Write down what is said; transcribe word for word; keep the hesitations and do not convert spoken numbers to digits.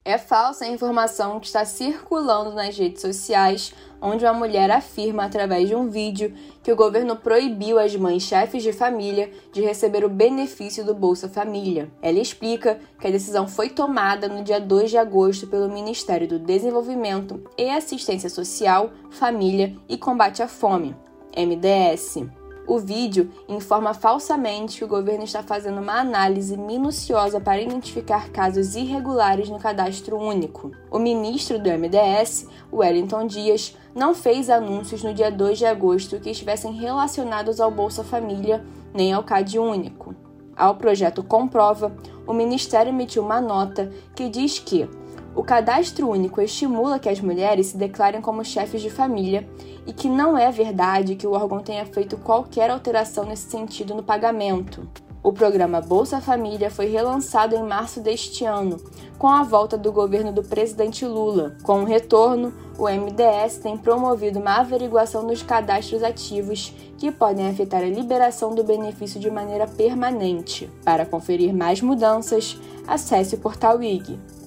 É falsa a informação que está circulando nas redes sociais, onde uma mulher afirma, através de um vídeo, que o governo proibiu as mães chefes de família de receber o benefício do Bolsa Família. Ela explica que a decisão foi tomada no dia dois de agosto pelo Ministério do Desenvolvimento e Assistência Social, Família e Combate à Fome, M D S. O vídeo informa falsamente que o governo está fazendo uma análise minuciosa para identificar casos irregulares no cadastro único. O ministro do M D S, Wellington Dias, não fez anúncios no dia dois de agosto que estivessem relacionados ao Bolsa Família nem ao Cade Único. Ao projeto Comprova, o Ministério emitiu uma nota que diz que o cadastro único estimula que as mulheres se declarem como chefes de família e que não é verdade que o órgão tenha feito qualquer alteração nesse sentido no pagamento. O programa Bolsa Família foi relançado em março deste ano, com a volta do governo do presidente Lula. Com o retorno, o M D S tem promovido uma averiguação dos cadastros ativos que podem afetar a liberação do benefício de maneira permanente. Para conferir mais mudanças, acesse o portal I G.